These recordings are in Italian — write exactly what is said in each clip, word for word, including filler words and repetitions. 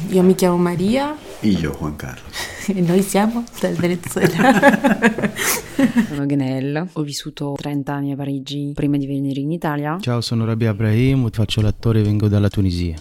Io mi chiamo Maria. Io Juan Carlo. E noi siamo dal Venezuela. Sono Ghenelle, ho vissuto trenta anni a Parigi prima di venire in Italia. Ciao, sono Rabia Brahim, faccio l'attore e vengo dalla Tunisia.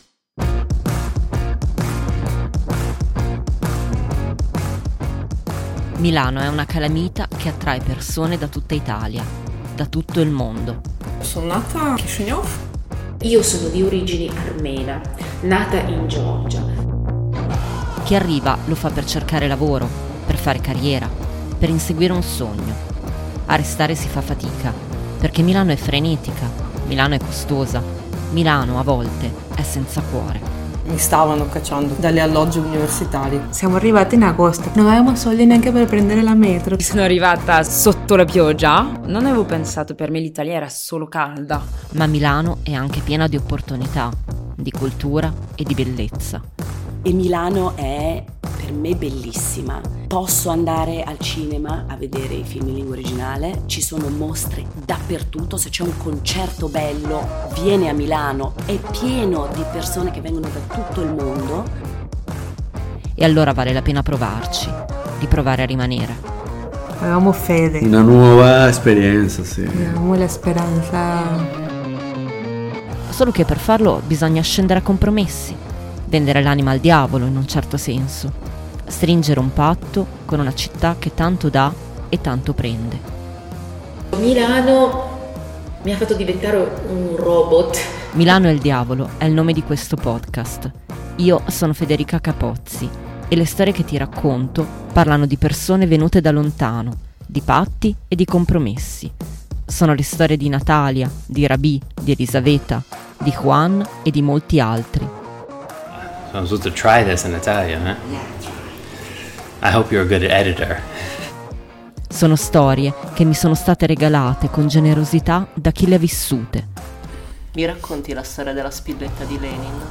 Milano è una calamita che attrae persone da tutta Italia, da tutto il mondo. Sono nata a Chisinau. Io sono di origini armena, nata in Georgia. Chi arriva lo fa per cercare lavoro, per fare carriera, per inseguire un sogno. A restare si fa fatica, perché Milano è frenetica, Milano è costosa, Milano a volte è senza cuore. Mi stavano cacciando dagli alloggi universitari. Siamo arrivati in agosto, non avevamo soldi neanche per prendere la metro. Sono arrivata sotto la pioggia. Non avevo pensato, per me l'Italia era solo calda. Ma Milano è anche piena di opportunità, di cultura e di bellezza. E Milano è per me bellissima. Posso andare al cinema a vedere i film in lingua originale, ci sono mostre dappertutto, se c'è un concerto bello vieni a Milano, è pieno di persone che vengono da tutto il mondo. E allora vale la pena provarci, di provare a rimanere. Avevamo fede. Una nuova esperienza, sì. Avevamo la speranza. Solo che per farlo bisogna scendere a compromessi, vendere l'anima al diavolo in un certo senso, stringere un patto con una città che tanto dà e tanto prende. Milano mi ha fatto diventare un robot. Milano e il diavolo è il nome di questo podcast. Io sono Federica Capozzi e le storie che ti racconto parlano di persone venute da lontano, di patti e di compromessi. Sono le storie di Natalia, di Rabi, di Elisaveta, di Juan e di molti altri. I'm supposed to try this in Italian, eh? I hope you're a good editor. Sono storie che mi sono state regalate con generosità da chi le ha vissute. Mi racconti la storia della spilletta di Lenin?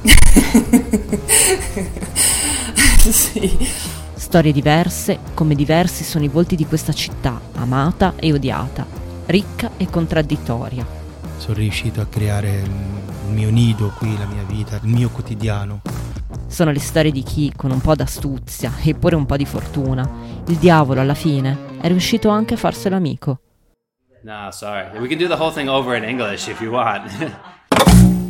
Sì. Storie diverse, come diversi sono i volti di questa città, amata e odiata, ricca e contraddittoria. Sono riuscito a creare il mio nido qui, la mia vita, il mio quotidiano. Sono le storie di chi, con un po' d'astuzia e pure un po' di fortuna, il diavolo alla fine è riuscito anche a farselo amico. No, sorry. We can do the whole thing over in English if you want.